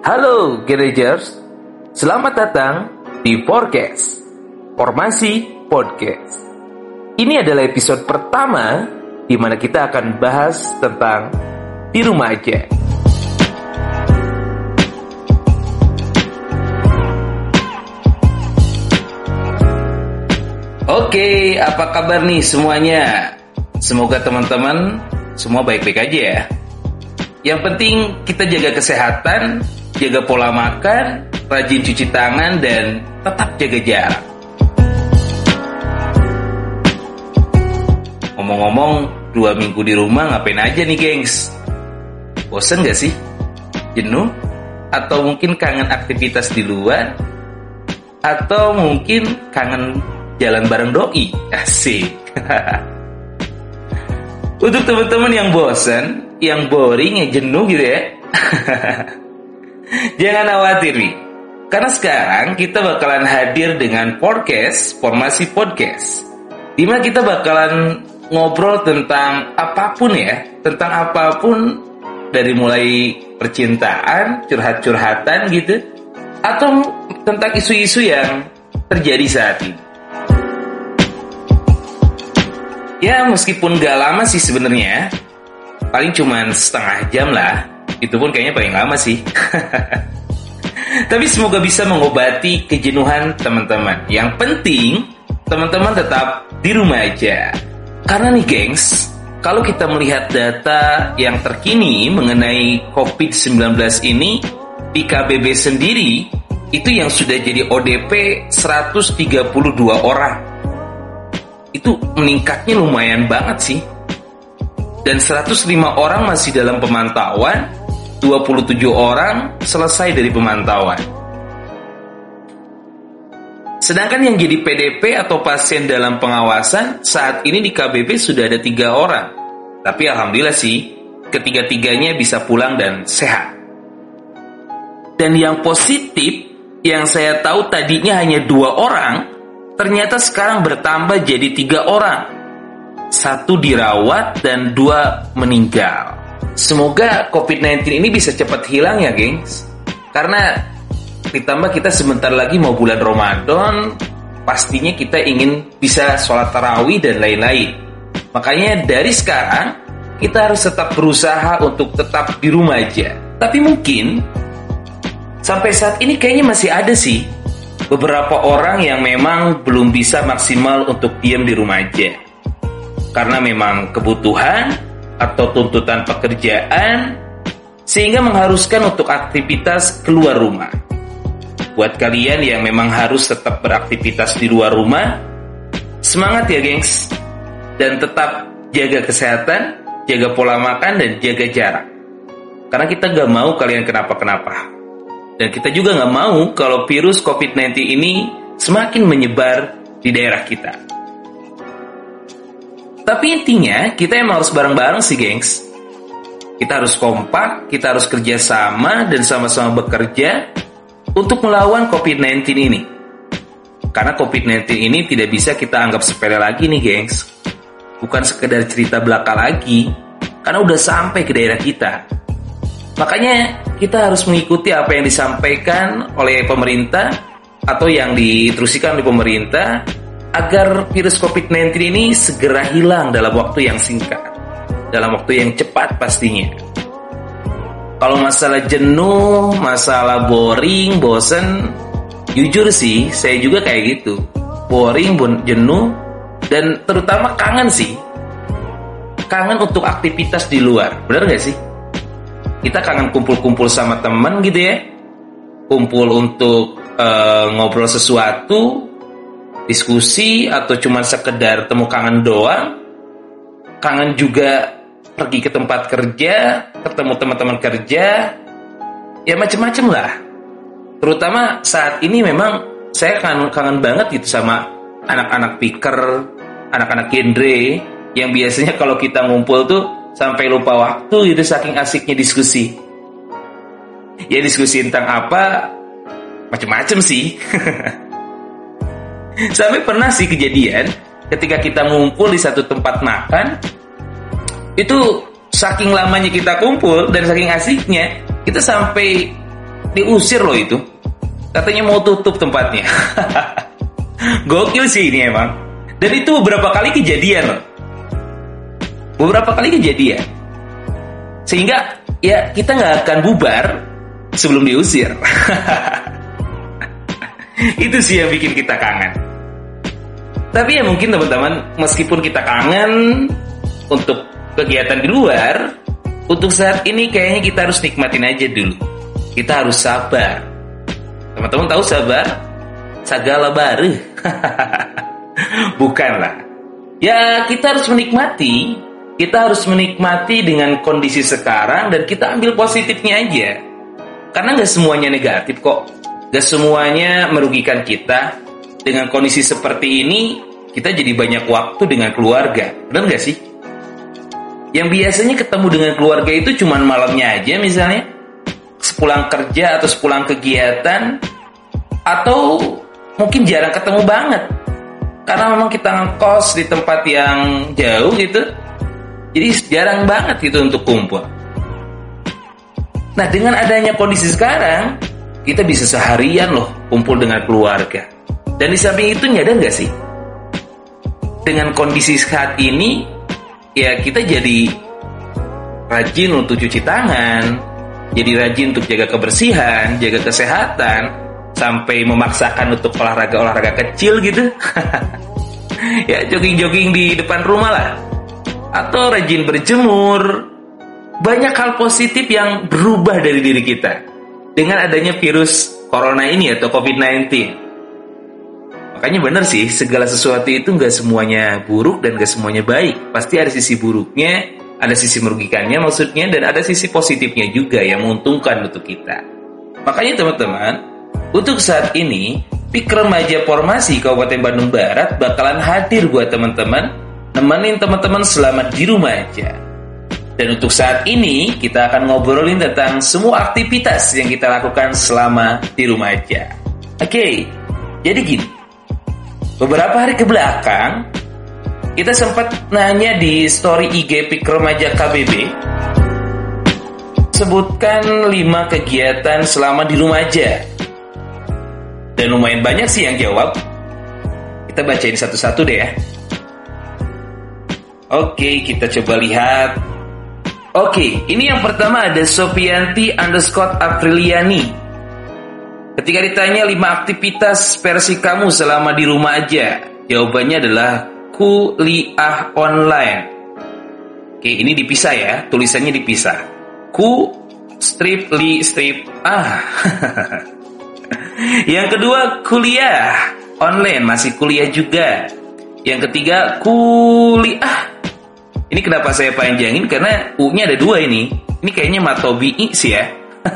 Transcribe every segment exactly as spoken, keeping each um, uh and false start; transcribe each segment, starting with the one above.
Halo Garagers, selamat datang di Forecast, Formasi Podcast. Ini adalah episode pertama di mana kita akan bahas tentang di rumah aja. Oke, apa kabar nih semuanya? Semoga teman-teman semua baik-baik aja ya. Yang penting kita jaga kesehatan, jaga pola makan, rajin cuci tangan, dan tetap jaga jarak. Ngomong-ngomong, dua minggu di rumah ngapain aja nih gengs? Bosen gak sih? Jenuh? Atau mungkin kangen aktivitas di luar? Atau mungkin kangen jalan bareng doi? Asik. Untuk teman-teman yang bosen, yang boring, yang jenuh gitu ya, jangan khawatir nih, karena sekarang kita bakalan hadir dengan Forecast, Formasi Podcast, dimana kita bakalan ngobrol tentang apapun ya, tentang apapun, dari mulai percintaan, curhat-curhatan gitu, atau tentang isu-isu yang terjadi saat ini. Ya meskipun gak lama sih sebenarnya, paling cuman setengah jam lah. Itu pun kayaknya paling lama sih. Tapi semoga bisa mengobati kejenuhan teman-teman. Yang penting teman-teman tetap di rumah aja. Karena nih gengs, kalau kita melihat data yang terkini mengenai covid sembilan belas ini, di K B B sendiri itu yang sudah jadi O D P seratus tiga puluh dua orang. Itu meningkatnya lumayan banget sih. Dan seratus lima orang masih dalam pemantauan, dua puluh tujuh orang selesai dari pemantauan. Sedangkan yang jadi P D P atau pasien dalam pengawasan saat ini di K B B sudah ada tiga orang. Tapi alhamdulillah sih, ketiga-tiganya bisa pulang dan sehat. Dan yang positif, yang saya tahu tadinya hanya dua orang, ternyata sekarang bertambah jadi tiga orang. Satu dirawat dan dua meninggal. Semoga covid sembilan belas ini bisa cepat hilang ya gengs. Karena ditambah kita sebentar lagi mau bulan Ramadan, pastinya kita ingin bisa sholat tarawih dan lain-lain. Makanya dari sekarang kita harus tetap berusaha untuk tetap di rumah aja. Tapi mungkin sampai saat ini kayaknya masih ada sih beberapa orang yang memang belum bisa maksimal untuk diam di rumah aja. Karena memang kebutuhan atau tuntutan pekerjaan sehingga mengharuskan untuk aktivitas keluar rumah. Buat kalian yang memang harus tetap beraktivitas di luar rumah, semangat ya gengs. Dan tetap jaga kesehatan, jaga pola makan, dan jaga jarak. Karena kita gak mau kalian kenapa-kenapa. Dan kita juga gak mau kalau virus covid sembilan belas ini semakin menyebar di daerah kita. Tapi intinya kita emang harus bareng-bareng sih gengs. Kita harus kompak, kita harus kerja sama dan sama-sama bekerja untuk melawan covid sembilan belas ini. Karena covid sembilan belas ini tidak bisa kita anggap sepele lagi nih gengs. Bukan sekedar cerita belaka lagi, karena udah sampai ke daerah kita. Makanya kita harus mengikuti apa yang disampaikan oleh pemerintah atau yang diterusikan oleh pemerintah agar virus covid sembilan belas ini segera hilang dalam waktu yang singkat, dalam waktu yang cepat pastinya. Kalau masalah jenuh, masalah boring, bosen, jujur sih saya juga kayak gitu. Boring, jenuh, dan terutama kangen sih. Kangen untuk aktivitas di luar, bener gak sih? Kita kangen kumpul-kumpul sama teman gitu ya. Kumpul untuk uh, ngobrol sesuatu, diskusi, atau cuma sekedar temu kangen doang. Kangen juga pergi ke tempat kerja, ketemu teman-teman kerja, ya macem-macem lah. Terutama saat ini memang saya kangen, kangen banget gitu sama anak-anak piker, anak-anak genre, yang biasanya kalau kita ngumpul tuh sampai lupa waktu gitu saking asiknya diskusi. Ya diskusi tentang apa, macem-macem sih. Sampai pernah sih kejadian ketika kita ngumpul di satu tempat makan, itu saking lamanya kita kumpul dan saking asiknya, kita sampai diusir loh itu. Katanya mau tutup tempatnya. Gokil sih ini emang. Dan itu beberapa kali kejadian loh. Beberapa kali kejadian. Sehingga ya kita nggak akan bubar sebelum diusir. Itu sih yang bikin kita kangen. Tapi ya mungkin teman-teman, meskipun kita kangen untuk kegiatan di luar, untuk saat ini kayaknya kita harus nikmatin aja dulu. Kita harus sabar. Teman-teman tahu sabar? Sagala baru. Bukanlah. Ya kita harus menikmati. Kita harus menikmati dengan kondisi sekarang dan kita ambil positifnya aja. Karena gak semuanya negatif kok. Gak semuanya merugikan kita. Dengan kondisi seperti ini, kita jadi banyak waktu dengan keluarga. Benar gak sih? Yang biasanya ketemu dengan keluarga itu cuma malamnya aja misalnya. Sepulang kerja atau sepulang kegiatan. Atau mungkin jarang ketemu banget. Karena memang kita ngekos di tempat yang jauh gitu. Jadi jarang banget gitu untuk kumpul. Nah dengan adanya kondisi sekarang, kita bisa seharian loh kumpul dengan keluarga. Dan di samping itu nyadar gak sih? Dengan kondisi saat ini, ya kita jadi rajin untuk cuci tangan, jadi rajin untuk jaga kebersihan, jaga kesehatan, sampai memaksakan untuk olahraga-olahraga kecil gitu. Ya jogging-jogging di depan rumah lah. Atau rajin berjemur. Banyak hal positif yang berubah dari diri kita dengan adanya virus corona ini atau covid sembilan belas. Makanya benar sih, segala sesuatu itu gak semuanya buruk dan gak semuanya baik. Pasti ada sisi buruknya, ada sisi merugikannya maksudnya, dan ada sisi positifnya juga yang menguntungkan untuk kita. Makanya teman-teman, untuk saat ini P I K Remaja Formasi Kabupaten Bandung Barat bakalan hadir buat teman-teman, nemenin teman-teman selamat di rumah aja. Dan untuk saat ini kita akan ngobrolin tentang semua aktivitas yang kita lakukan selama di rumah aja. Oke, jadi gini. Beberapa hari ke belakang kita sempat nanya di story I G P I K Remaja K B B, sebutkan lima kegiatan selama di rumah aja. Dan lumayan banyak sih yang jawab. Kita bacain satu-satu deh ya. Oke, kita coba lihat. Oke, ini yang pertama ada Sofianti underscore Apriliani. Ketika ditanya lima aktivitas versi kamu selama di rumah aja, jawabannya adalah kuliah online. Oke, ini dipisah ya, tulisannya dipisah. Ku strip li strip ah. Yang kedua kuliah online, masih kuliah juga. Yang ketiga kuliah. Ini kenapa saya panjangin? Karena U-nya ada dua ini. Ini kayaknya matobi sih ya.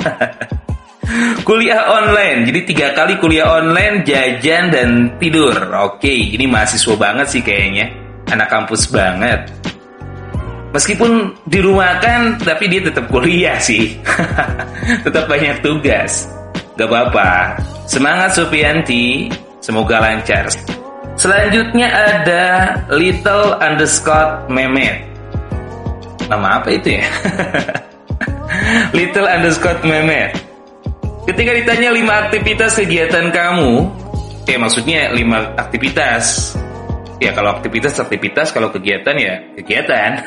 Kuliah online. Jadi tiga kali kuliah online, jajan, dan tidur. Oke, ini mahasiswa banget sih kayaknya. Anak kampus banget. Meskipun di rumah kan, tapi dia tetap kuliah sih. Tetap banyak tugas. Gak apa-apa. Semangat Sofianti. Semoga lancar. Selanjutnya ada Little underscore Memet. Nama apa itu ya? Little underscore Memet. Ketika ditanya lima aktivitas kegiatan kamu, ya maksudnya lima aktivitas. Ya kalau aktivitas aktivitas, kalau kegiatan ya kegiatan.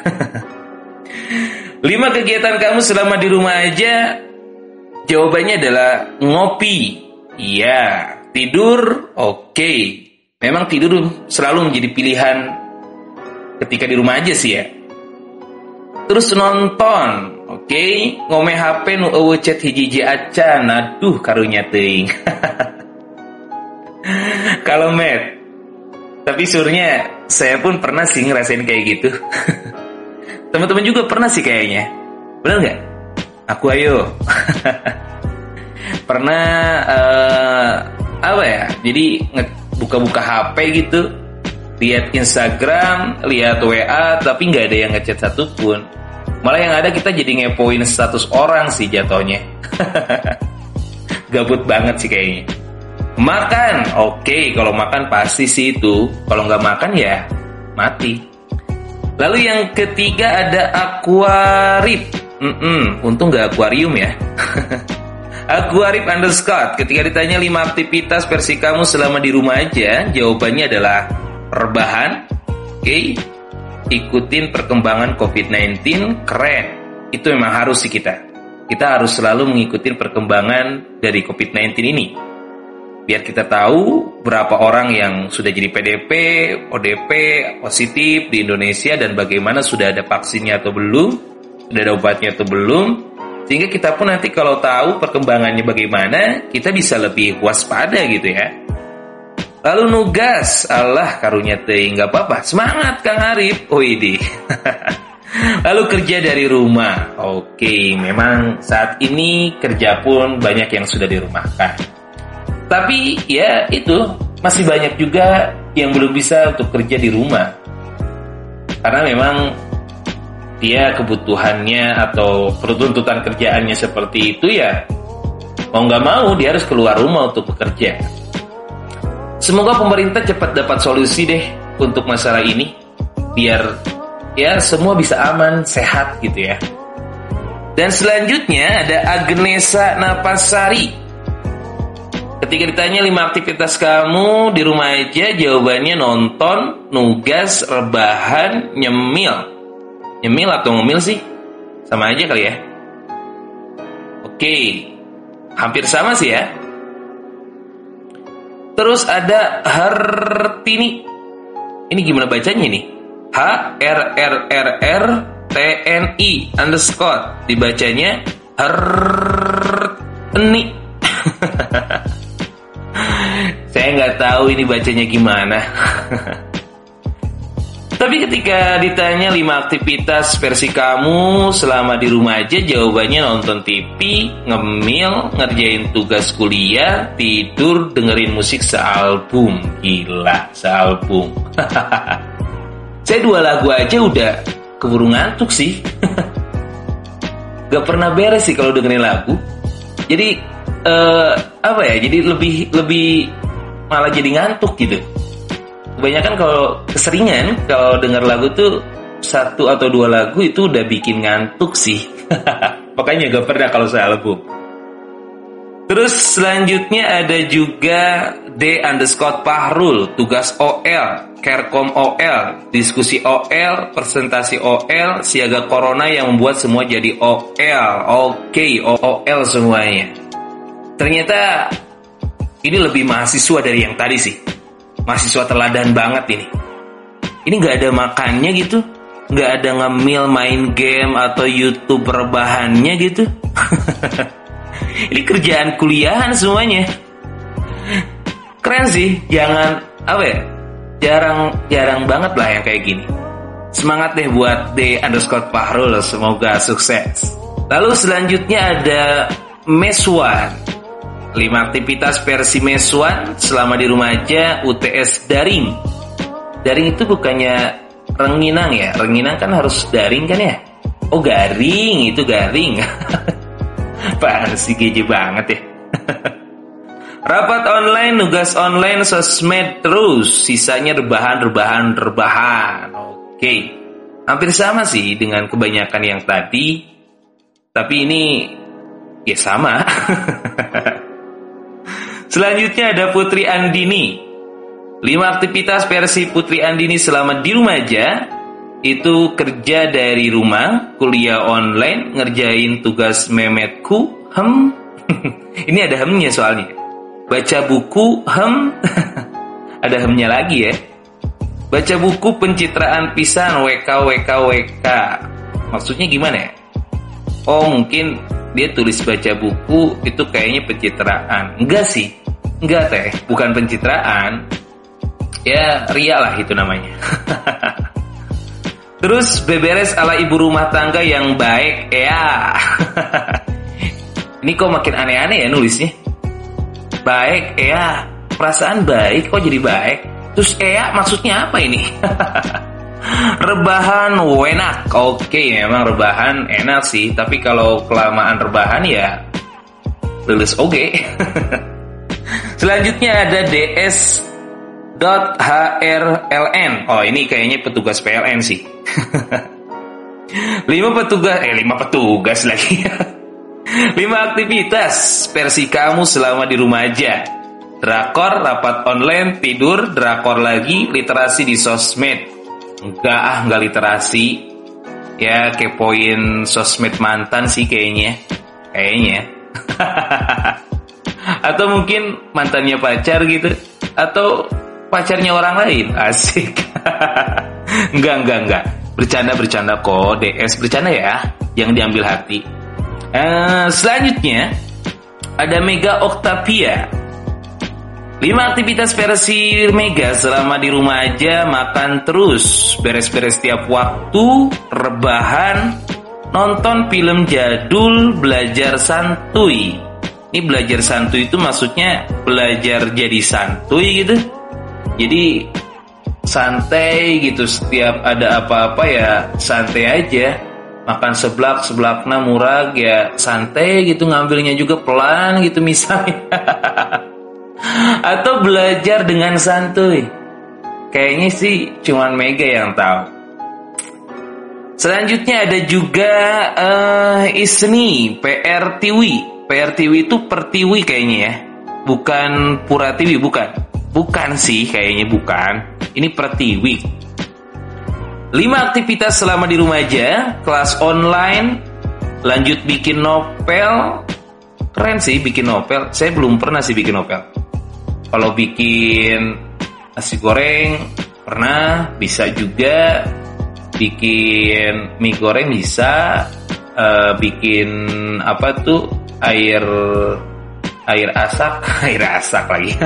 Lima kegiatan kamu selama di rumah aja. Jawabannya adalah ngopi. Iya. Tidur. Oke. Memang tidur selalu menjadi pilihan ketika di rumah aja sih ya. Terus nonton, oke, okay. Ngome H P nu eueuh chat hiji-hiji acan, aduh karunya teuing. Kalau Matt, tapi surnya saya pun pernah sih ngerasain kayak gitu. Teman-teman juga pernah sih kayaknya, benar nggak? Aku ayo. Pernah uh, apa ya? Jadi buka-buka H P gitu, lihat Instagram, lihat W A, tapi nggak ada yang ngechat satupun. Malah yang ada kita jadi ngepoin status orang sih jatuhnya. Gabut banget sih kayaknya. Makan, oke, okay, kalau makan pasti sih itu. Kalau nggak makan ya mati. Lalu yang ketiga ada aquarip. Mm-mm, untung nggak akuarium ya. Aku Arif underscore. Ketika ditanya lima aktivitas versi kamu selama di rumah aja, jawabannya adalah rebahan. Oke, okay. Ikutin perkembangan covid sembilan belas. Keren. Itu memang harus sih kita. Kita harus selalu mengikuti perkembangan dari covid sembilan belas ini. Biar kita tahu berapa orang yang sudah jadi P D P, O D P, positif di Indonesia, dan bagaimana sudah ada vaksinnya atau belum, sudah ada obatnya atau belum. Sehingga kita pun nanti kalau tahu perkembangannya bagaimana, kita bisa lebih waspada gitu ya. Lalu nugas, Allah karunia teh, nggak apa-apa, semangat Kang Arif. Oh ini. Lalu kerja dari rumah. Oke, memang saat ini kerja pun banyak yang sudah dirumahkan. Tapi ya itu, masih banyak juga yang belum bisa untuk kerja di rumah. Karena memang dia kebutuhannya atau tuntutan kerjaannya seperti itu ya, mau nggak mau dia harus keluar rumah untuk bekerja. Semoga pemerintah cepat dapat solusi deh untuk masalah ini, biar ya semua bisa aman, sehat gitu ya. Dan selanjutnya ada Agnesa Napasari. Ketika ditanya lima aktivitas kamu di rumah aja, jawabannya nonton, nugas, rebahan, nyemil. Nyemil atau ngemil sih? Sama aja kali ya. Oke, hampir sama sih ya. Terus ada Hartini. Ini gimana bacanya nih? H R R R R T N I underscore. Dibacanya Hartini. Saya nggak tahu ini bacanya gimana. Tapi ketika ditanya lima aktivitas versi kamu selama di rumah aja, jawabannya nonton T V, ngemil, ngerjain tugas kuliah, tidur, dengerin musik sealbum. Gila, sealbum. Saya dua lagu aja udah keburu ngantuk sih. Gak pernah beres sih kalau dengerin lagu. Jadi uh, apa ya? Jadi lebih lebih malah jadi ngantuk gitu. Kebanyakan kalau keseringan kalau dengar lagu tuh satu atau dua lagu itu udah bikin ngantuk sih. Makanya gak pernah kalau sealbum. Terus selanjutnya ada juga D underscore Pahrul, tugas O L, Kerkom O L, diskusi O L, presentasi O L, siaga corona yang membuat semua jadi O L. Oke, O L semuanya. Ternyata ini lebih mahasiswa dari yang tadi sih. Mahasiswa teladan banget ini. Ini gak ada makannya gitu. Gak ada ngemil main game atau YouTube rebahannya gitu. Ini kerjaan kuliahan semuanya. Keren sih. Jangan, apa ya, Jarang-jarang banget lah yang kayak gini. Semangat deh buat D underscore Pahrul. Semoga sukses. Lalu selanjutnya ada Meswan. lima aktivitas versi Meswan selama di rumah aja, U T S daring. Daring itu bukannya renginang ya? Renginang kan harus daring kan ya? Oh garing, itu garing. Apaan sih, geje banget ya. Rapat online, nugas online, sosmed terus. Sisanya rebahan, rebahan, rebahan. Oke, hampir sama sih dengan kebanyakan yang tadi. Tapi ini ya sama. Selanjutnya ada Putri Andini. lima aktivitas versi Putri Andini selama di rumah aja. Itu kerja dari rumah, kuliah online, ngerjain tugas memetku, hem. Ini ada hemnya soalnya. Baca buku, hem. Ada hemnya lagi ya. Baca buku pencitraan pisan, W K W K W K. Maksudnya gimana ya? Oh mungkin dia tulis baca buku itu kayaknya pencitraan. Enggak sih. Enggak teh, bukan pencitraan. Ya ria lah itu namanya. Terus beberes ala ibu rumah tangga yang baik. Ya. Ini kok makin aneh-aneh ya nulisnya. Baik, ya. Perasaan baik kok jadi baik. Terus ya maksudnya apa ini? Rebahan enak. Oke, memang rebahan enak sih. Tapi kalau kelamaan rebahan ya lulus oke. Selanjutnya ada D S H R L N. Oh ini kayaknya petugas P L N sih. lima petugas Eh lima petugas lagi. Lima aktivitas versi kamu selama di rumah aja. Drakor, rapat online, tidur, drakor lagi, literasi di sosmed. Enggak ah, enggak literasi. Ya kepoin sosmed mantan sih kayaknya. Kayaknya. Atau mungkin mantannya pacar gitu. Atau pacarnya orang lain. Asik. Enggak, enggak, enggak. Bercanda-bercanda kok. D S bercanda ya. Jangan diambil hati. Uh, selanjutnya ada Mega Octavia. Lima aktivitas versi Mega selama di rumah aja. Makan terus, beres-beres tiap waktu, rebahan, nonton film jadul, belajar santuy. Ini belajar santuy itu maksudnya belajar jadi santuy gitu. Jadi santai gitu, setiap ada apa-apa ya santai aja. Makan seblak, seblakna murag ya santai gitu, ngambilnya juga pelan gitu misalnya. Atau belajar dengan santuy. Kayaknya sih cuman Mega yang tahu. Selanjutnya ada juga uh, Isni P R T V. P R T V itu Pertiwi kayaknya ya. Bukan Pura T V, bukan. Bukan sih kayaknya bukan. Ini Pertiwi. Lima aktivitas selama di rumah aja. Kelas online, lanjut bikin novel. Keren sih bikin novel. Saya belum pernah sih bikin novel. Kalau bikin nasi goreng pernah, bisa juga. Bikin mie goreng bisa. uh, Bikin apa tuh, air air asak. Air asak lagi.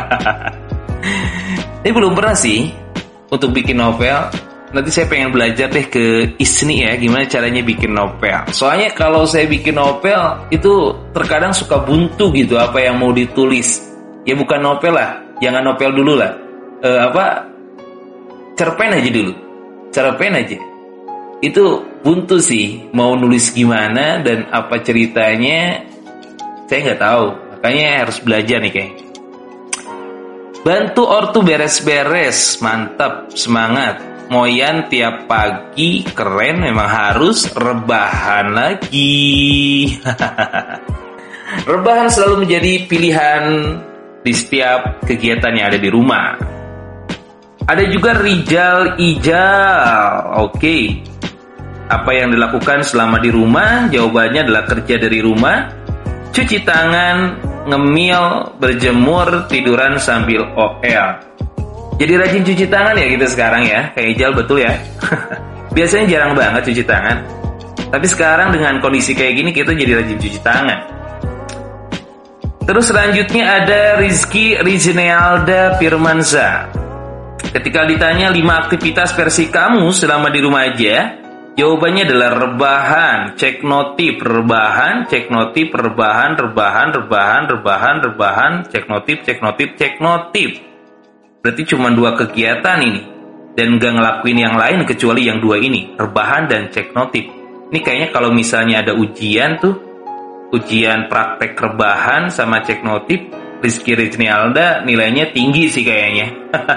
Ini belum pernah sih untuk bikin novel. Nanti saya pengen belajar deh ke Isni ya, gimana caranya bikin novel. Soalnya kalau saya bikin novel itu terkadang suka buntu gitu apa yang mau ditulis. Ya bukan novel lah, jangan novel dulu lah. E, apa? Cerpen aja dulu. Cerpen aja. Itu buntu sih, mau nulis gimana dan apa ceritanya saya nggak tahu. Makanya harus belajar nih kayak. Bantu ortu beres-beres, mantap, semangat. Moyan tiap pagi, keren, memang harus rebahan lagi. Rebahan selalu menjadi pilihan di setiap kegiatan yang ada di rumah. Ada juga Rijal Ijal. Oke. Apa yang dilakukan selama di rumah? Jawabannya adalah kerja dari rumah, cuci tangan, ngemil, berjemur, tiduran sambil O L. Jadi rajin cuci tangan ya kita sekarang ya. Kayak Ijal betul ya. Biasanya jarang banget cuci tangan. Tapi sekarang dengan kondisi kayak gini kita jadi rajin cuci tangan. Terus selanjutnya ada Rizky Riznealda Firmanza. Ketika ditanya lima aktivitas versi kamu selama di rumah aja, jawabannya adalah rebahan, cek notif, rebahan, cek notif, rebahan, rebahan, rebahan, rebahan, rebahan, cek notif, cek notif, cek notif. Berarti cuma dua kegiatan ini. Dan gak ngelakuin yang lain kecuali yang dua ini. Rebahan dan cek notif. Ini kayaknya kalau misalnya ada ujian tuh, ujian praktek rebahan sama cek notif, Rizky Riznealda nilainya tinggi sih kayaknya.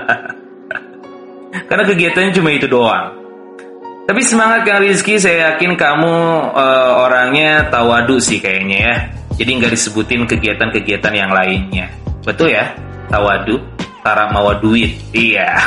Karena kegiatannya cuma itu doang. Tapi semangat Kang Rizky, saya yakin kamu uh, orangnya tawadu sih kayaknya ya. Jadi gak disebutin kegiatan-kegiatan yang lainnya. Betul ya? Tawadu. Tara mawa duit. Iya.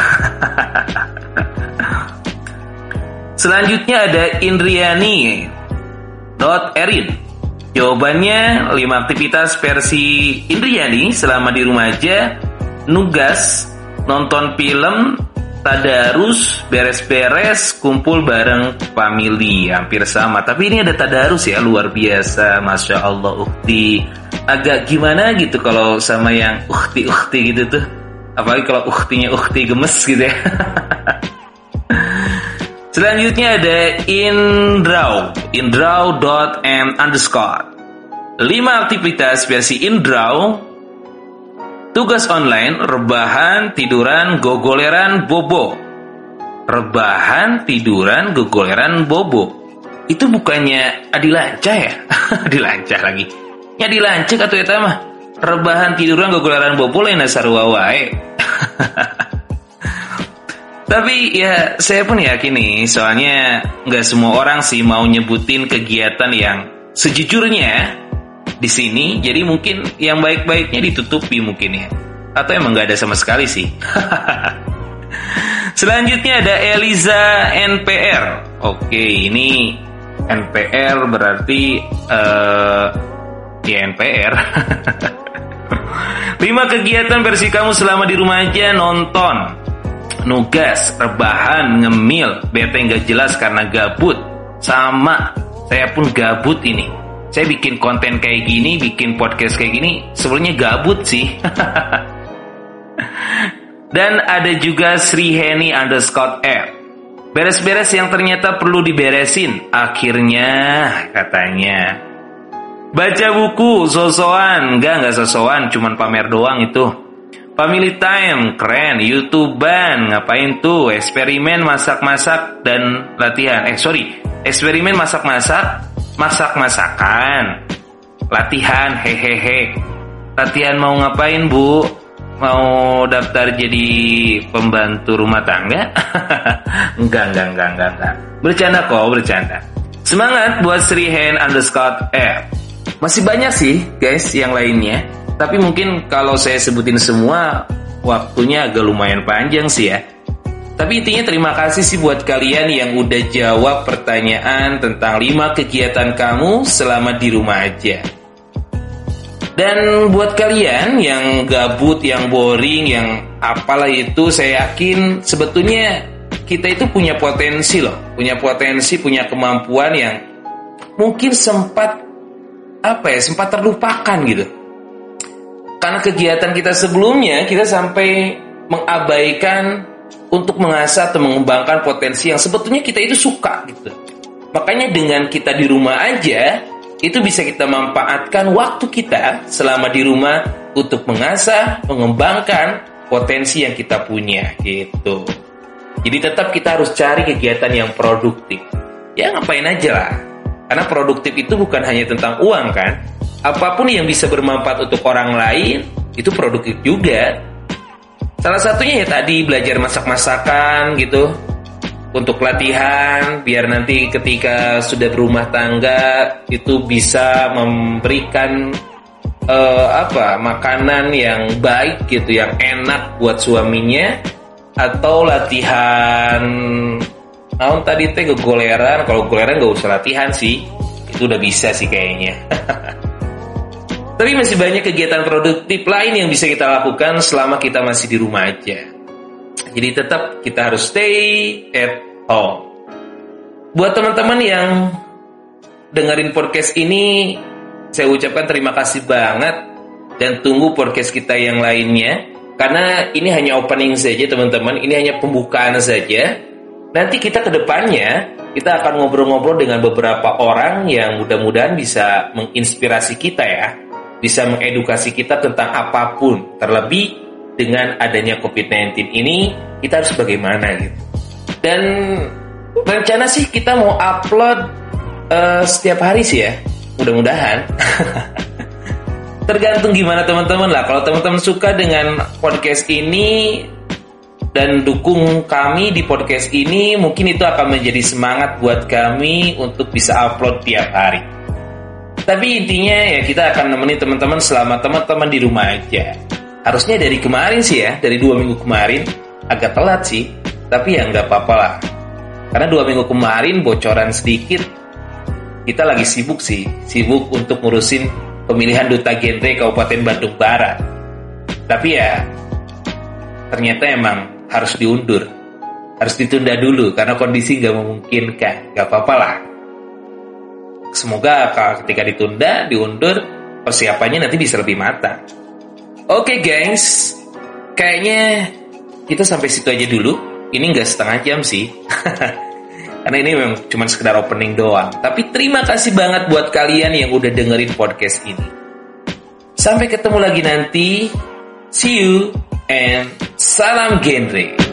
Selanjutnya ada Indriani dot Erin. Jawabannya lima aktivitas versi Indriani selama di rumah aja. Nugas, nonton film, tadarus, beres-beres, kumpul bareng family. Hampir sama. Tapi ini ada tadarus ya, luar biasa. Masya Allah, ukti. Agak gimana gitu kalau sama yang ukti-ukti gitu tuh. Apalagi kalau uktinya ukti gemes gitu ya. Selanjutnya ada Indraw Indraw dot m underscore. Lima aktivitas versi Indraw. Tugas online, rebahan, tiduran, gogoleran, bobo. Rebahan, tiduran, gogoleran, bobo. Itu bukannya Adilanca ya? Adilanca lagi. Ya Adilanca atau ya mah. Rebahan, tiduran, gogoleran, bobo lain sarua wae. Tapi ya saya pun yakin nih, soalnya nggak semua orang sih mau nyebutin kegiatan yang sejujurnya di sini. Jadi mungkin yang baik-baiknya ditutupi mungkin ya. Atau emang nggak ada sama sekali sih. Selanjutnya ada Eliza N P R. Oke, ini N P R berarti uh, ya N P R. lima kegiatan versi kamu selama di rumah aja. Nonton, nugas, rebahan, ngemil, bete nggak jelas karena gabut. Sama, saya pun gabut ini. Saya bikin konten kayak gini, bikin podcast kayak gini, sebenarnya gabut sih. Dan ada juga Sri Heni underscore R. Beres-beres yang ternyata perlu diberesin. Akhirnya katanya. Baca buku, sosokan. Enggak, enggak sosokan, cuman pamer doang itu. Family time, keren. YouTubean, ngapain tuh? Eksperimen masak-masak dan latihan. Eh sorry, eksperimen masak-masak, masak-masakan, latihan, hehehe. Latihan mau ngapain, Bu? Mau daftar jadi pembantu rumah tangga? enggak, enggak, enggak, enggak, enggak. Bercanda kok, bercanda. Semangat buat Sri Hen underscore R. Masih banyak sih, guys, yang lainnya. Tapi mungkin kalau saya sebutin semua, waktunya agak lumayan panjang sih ya. Tapi intinya terima kasih sih buat kalian yang udah jawab pertanyaan tentang lima kegiatan kamu selama di rumah aja. Dan buat kalian yang gabut, yang boring, yang apalah itu, saya yakin sebetulnya kita itu punya potensi loh. Punya potensi, punya kemampuan yang mungkin sempat, apa ya, sempat terlupakan gitu. Karena kegiatan kita sebelumnya, kita sampai mengabaikan untuk mengasah atau mengembangkan potensi yang sebetulnya kita itu suka gitu. Makanya dengan kita di rumah aja, itu bisa kita manfaatkan waktu kita selama di rumah untuk mengasah, mengembangkan potensi yang kita punya gitu. Jadi tetap kita harus cari kegiatan yang produktif. Ya ngapain aja lah. Karena produktif itu bukan hanya tentang uang kan. Apapun yang bisa bermanfaat untuk orang lain, itu produktif juga. Salah satunya ya tadi belajar masak-masakan gitu. Untuk latihan, biar nanti ketika sudah berumah tangga itu bisa memberikan uh, apa makanan yang baik gitu, yang enak buat suaminya. Atau latihan, naon tadi teh goleran. Kalau goleran gak usah latihan sih, itu udah bisa sih kayaknya. Tapi masih banyak kegiatan produktif lain yang bisa kita lakukan selama kita masih di rumah aja. Jadi tetap kita harus stay at home. Buat teman-teman yang dengerin podcast ini, saya ucapkan terima kasih banget. Dan tunggu podcast kita yang lainnya. Karena ini hanya opening saja teman-teman. Ini hanya pembukaan saja. Nanti kita ke depannya, kita akan ngobrol-ngobrol dengan beberapa orang yang mudah-mudahan bisa menginspirasi kita ya. Bisa mengedukasi kita tentang apapun. Terlebih dengan adanya covid sembilan belas ini, kita harus bagaimana gitu. Dan rencana sih kita mau upload uh, setiap hari sih ya, mudah-mudahan. Tergantung gimana teman-teman lah. Kalau teman-teman suka dengan podcast ini dan dukung kami di podcast ini, mungkin itu akan menjadi semangat buat kami untuk bisa upload tiap hari. Tapi intinya ya kita akan nemenin teman-teman selama teman-teman di rumah aja. Harusnya dari kemarin sih ya, dari dua minggu kemarin, agak telat sih. Tapi ya nggak apa-apa lah. Karena dua minggu kemarin bocoran sedikit, kita lagi sibuk sih. Sibuk untuk ngurusin pemilihan Duta Genre Kabupaten Bandung Barat. Tapi ya, ternyata emang harus diundur. Harus ditunda dulu, karena kondisi nggak memungkinkan. Nggak apa-apa lah. Semoga ketika ditunda, diundur, persiapannya nanti bisa lebih matang. Oke okay, gengs, kayaknya kita sampai situ aja dulu. Ini nggak setengah jam sih, karena ini memang cuma sekedar opening doang. Tapi terima kasih banget buat kalian yang udah dengerin podcast ini. Sampai ketemu lagi nanti. See you and salam genre.